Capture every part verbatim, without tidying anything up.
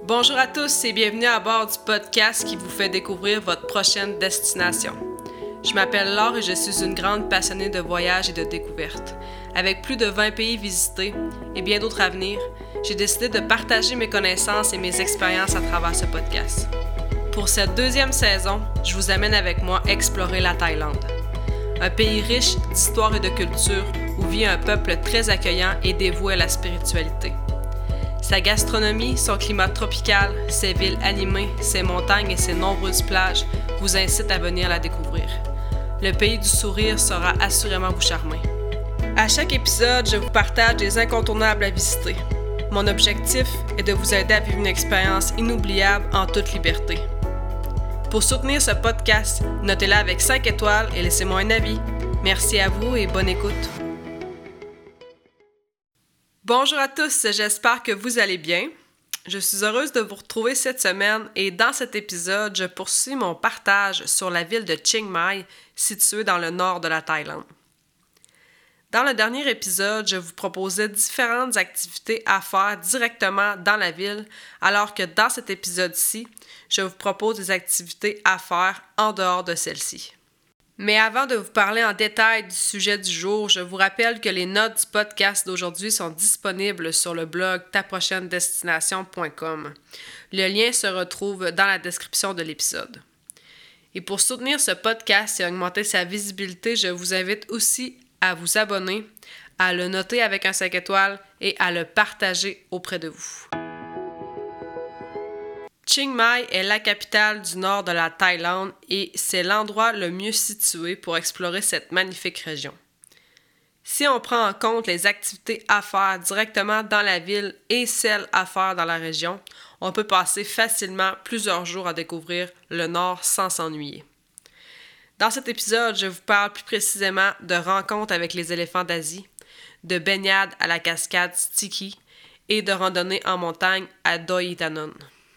Bonjour à tous et bienvenue à bord du podcast qui vous fait découvrir votre prochaine destination. Je m'appelle Laure et je suis une grande passionnée de voyages et de découvertes. Avec plus de vingt pays visités et bien d'autres à venir, j'ai décidé de partager mes connaissances et mes expériences à travers ce podcast. Pour cette deuxième saison, je vous amène avec moi explorer la Thaïlande. Un pays riche d'histoire et de culture où vit un peuple très accueillant et dévoué à la spiritualité. Sa gastronomie, son climat tropical, ses villes animées, ses montagnes et ses nombreuses plages vous incitent à venir la découvrir. Le pays du sourire saura assurément vous charmer. À chaque épisode, je vous partage des incontournables à visiter. Mon objectif est de vous aider à vivre une expérience inoubliable en toute liberté. Pour soutenir ce podcast, notez-le avec cinq étoiles et laissez-moi un avis. Merci à vous et bonne écoute. Bonjour à tous, j'espère que vous allez bien. Je suis heureuse de vous retrouver cette semaine et dans cet épisode, je poursuis mon partage sur la ville de Chiang Mai, située dans le nord de la Thaïlande. Dans le dernier épisode, je vous proposais différentes activités à faire directement dans la ville, alors que dans cet épisode-ci, je vous propose des activités à faire en dehors de celle-ci. Mais avant de vous parler en détail du sujet du jour, je vous rappelle que les notes du podcast d'aujourd'hui sont disponibles sur le blog ta prochaine destination point com. Le lien se retrouve dans la description de l'épisode. Et pour soutenir ce podcast et augmenter sa visibilité, je vous invite aussi à vous abonner, à le noter avec un cinq étoiles et à le partager auprès de vous. Chiang Mai est la capitale du nord de la Thaïlande et c'est l'endroit le mieux situé pour explorer cette magnifique région. Si on prend en compte les activités à faire directement dans la ville et celles à faire dans la région, on peut passer facilement plusieurs jours à découvrir le nord sans s'ennuyer. Dans cet épisode, je vous parle plus précisément de rencontres avec les éléphants d'Asie, de baignade à la cascade Tiki et de randonnée en montagne à Doi Danone.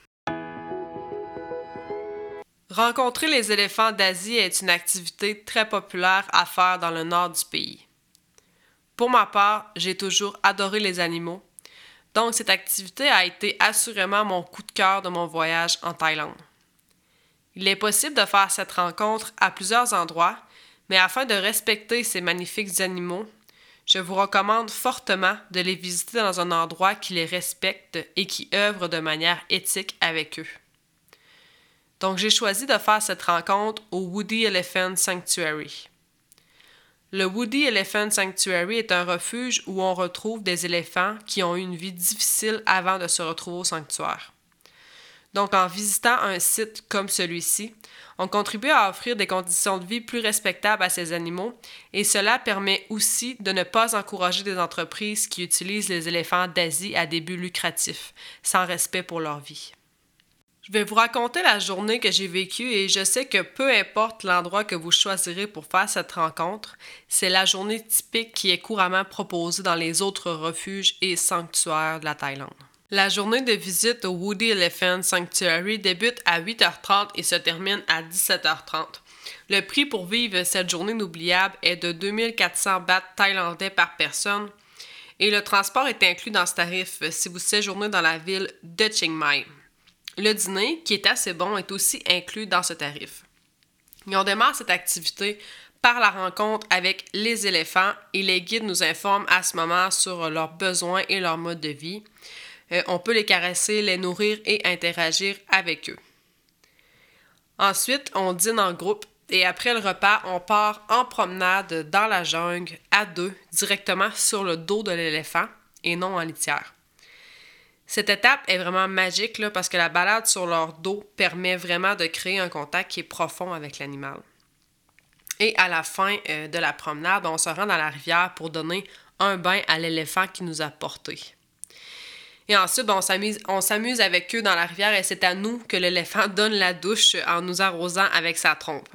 Rencontrer les éléphants d'Asie est une activité très populaire à faire dans le nord du pays. Pour ma part, j'ai toujours adoré les animaux, donc cette activité a été assurément mon coup de cœur de mon voyage en Thaïlande. Il est possible de faire cette rencontre à plusieurs endroits, mais afin de respecter ces magnifiques animaux, je vous recommande fortement de les visiter dans un endroit qui les respecte et qui œuvre de manière éthique avec eux. Donc, j'ai choisi de faire cette rencontre au Woody Elephant Sanctuary. Le Woody Elephant Sanctuary est un refuge où on retrouve des éléphants qui ont eu une vie difficile avant de se retrouver au sanctuaire. Donc, en visitant un site comme celui-ci, on contribue à offrir des conditions de vie plus respectables à ces animaux et cela permet aussi de ne pas encourager des entreprises qui utilisent les éléphants d'Asie à des buts lucratifs, sans respect pour leur vie. Je vais vous raconter la journée que j'ai vécue et je sais que peu importe l'endroit que vous choisirez pour faire cette rencontre, c'est la journée typique qui est couramment proposée dans les autres refuges et sanctuaires de la Thaïlande. La journée de visite au Woody Elephant Sanctuary débute à huit heures trente et se termine à dix-sept heures trente. Le prix pour vivre cette journée inoubliable est de deux mille quatre cents bahts thaïlandais par personne et le transport est inclus dans ce tarif si vous séjournez dans la ville de Chiang Mai. Le dîner, qui est assez bon, est aussi inclus dans ce tarif. Et on démarre cette activité par la rencontre avec les éléphants et les guides nous informent à ce moment sur leurs besoins et leur mode de vie. Euh, on peut les caresser, les nourrir et interagir avec eux. Ensuite, on dîne en groupe et après le repas, on part en promenade dans la jungle à deux, directement sur le dos de l'éléphant et non en litière. Cette étape est vraiment magique là, parce que la balade sur leur dos permet vraiment de créer un contact qui est profond avec l'animal. Et à la fin euh, de la promenade, on se rend dans la rivière pour donner un bain à l'éléphant qui nous a portés. Et ensuite, on s'amuse, on s'amuse avec eux dans la rivière et c'est à nous que l'éléphant donne la douche en nous arrosant avec sa trompe.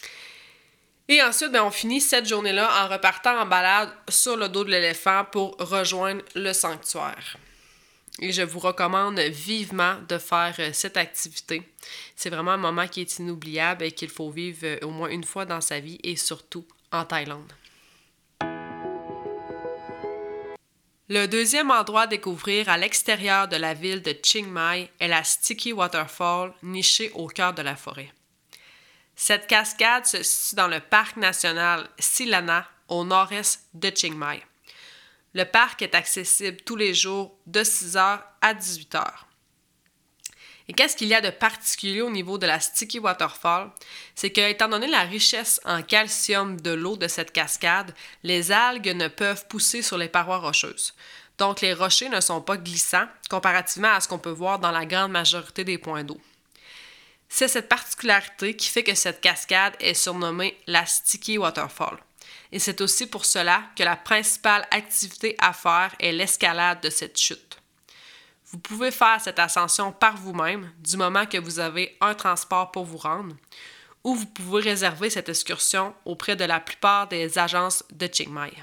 Et ensuite, bien, on finit cette journée-là en repartant en balade sur le dos de l'éléphant pour rejoindre le sanctuaire. Et je vous recommande vivement de faire cette activité. C'est vraiment un moment qui est inoubliable et qu'il faut vivre au moins une fois dans sa vie et surtout en Thaïlande. Le deuxième endroit à découvrir à l'extérieur de la ville de Chiang Mai est la Sticky Waterfall, nichée au cœur de la forêt. Cette cascade se situe dans le parc national Silana, au nord-est de Chiang Mai. Le parc est accessible tous les jours de six heures à dix-huit heures. Et qu'est-ce qu'il y a de particulier au niveau de la Sticky Waterfall? C'est que, étant donné la richesse en calcium de l'eau de cette cascade, les algues ne peuvent pousser sur les parois rocheuses. Donc, les rochers ne sont pas glissants, comparativement à ce qu'on peut voir dans la grande majorité des points d'eau. C'est cette particularité qui fait que cette cascade est surnommée la Sticky Waterfall. Et c'est aussi pour cela que la principale activité à faire est l'escalade de cette chute. Vous pouvez faire cette ascension par vous-même du moment que vous avez un transport pour vous rendre, ou vous pouvez réserver cette excursion auprès de la plupart des agences de Chiang Mai.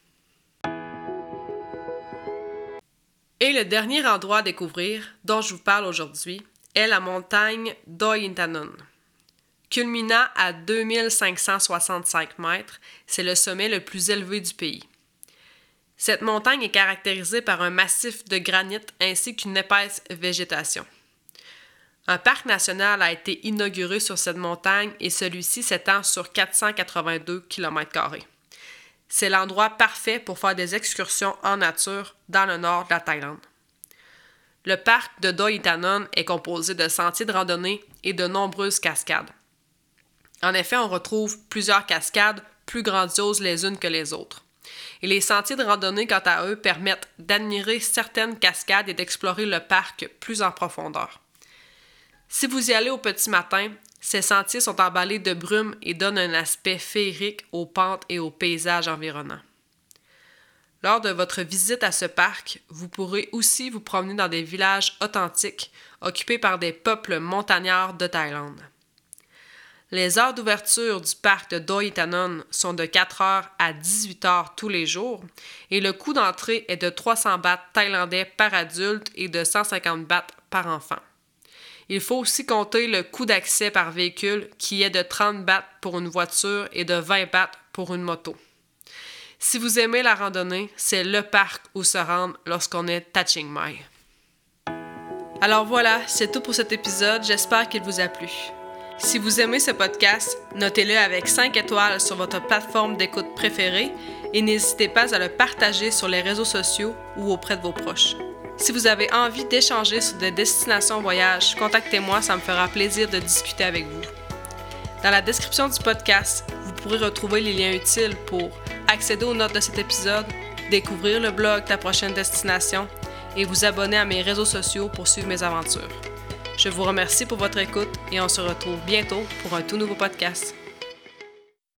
Et le dernier endroit à découvrir dont je vous parle aujourd'hui est la montagne Doi Inthanon. Culminant à deux mille cinq cent soixante-cinq mètres, c'est le sommet le plus élevé du pays. Cette montagne est caractérisée par un massif de granit ainsi qu'une épaisse végétation. Un parc national a été inauguré sur cette montagne et celui-ci s'étend sur quatre cent quatre-vingt-deux kilomètres carrés. C'est l'endroit parfait pour faire des excursions en nature dans le nord de la Thaïlande. Le parc de Doi Inthanon est composé de sentiers de randonnée et de nombreuses cascades. En effet, on retrouve plusieurs cascades plus grandioses les unes que les autres. Et les sentiers de randonnée, quant à eux, permettent d'admirer certaines cascades et d'explorer le parc plus en profondeur. Si vous y allez au petit matin, ces sentiers sont emballés de brume et donnent un aspect féerique aux pentes et aux paysages environnants. Lors de votre visite à ce parc, vous pourrez aussi vous promener dans des villages authentiques occupés par des peuples montagnards de Thaïlande. Les heures d'ouverture du parc de Doi Inthanon sont de quatre heures à dix-huit heures tous les jours et le coût d'entrée est de trois cents bahts thaïlandais par adulte et de cent cinquante bahts par enfant. Il faut aussi compter le coût d'accès par véhicule qui est de trente bahts pour une voiture et de vingt bahts pour une moto. Si vous aimez la randonnée, c'est le parc où se rendre lorsqu'on est à Chiang Mai. Alors voilà, c'est tout pour cet épisode, j'espère qu'il vous a plu. Si vous aimez ce podcast, notez-le avec cinq étoiles sur votre plateforme d'écoute préférée et n'hésitez pas à le partager sur les réseaux sociaux ou auprès de vos proches. Si vous avez envie d'échanger sur des destinations voyage, contactez-moi, ça me fera plaisir de discuter avec vous. Dans la description du podcast, vous pourrez retrouver les liens utiles pour accéder aux notes de cet épisode, découvrir le blog Ta prochaine destination et vous abonner à mes réseaux sociaux pour suivre mes aventures. Je vous remercie pour votre écoute et on se retrouve bientôt pour un tout nouveau podcast.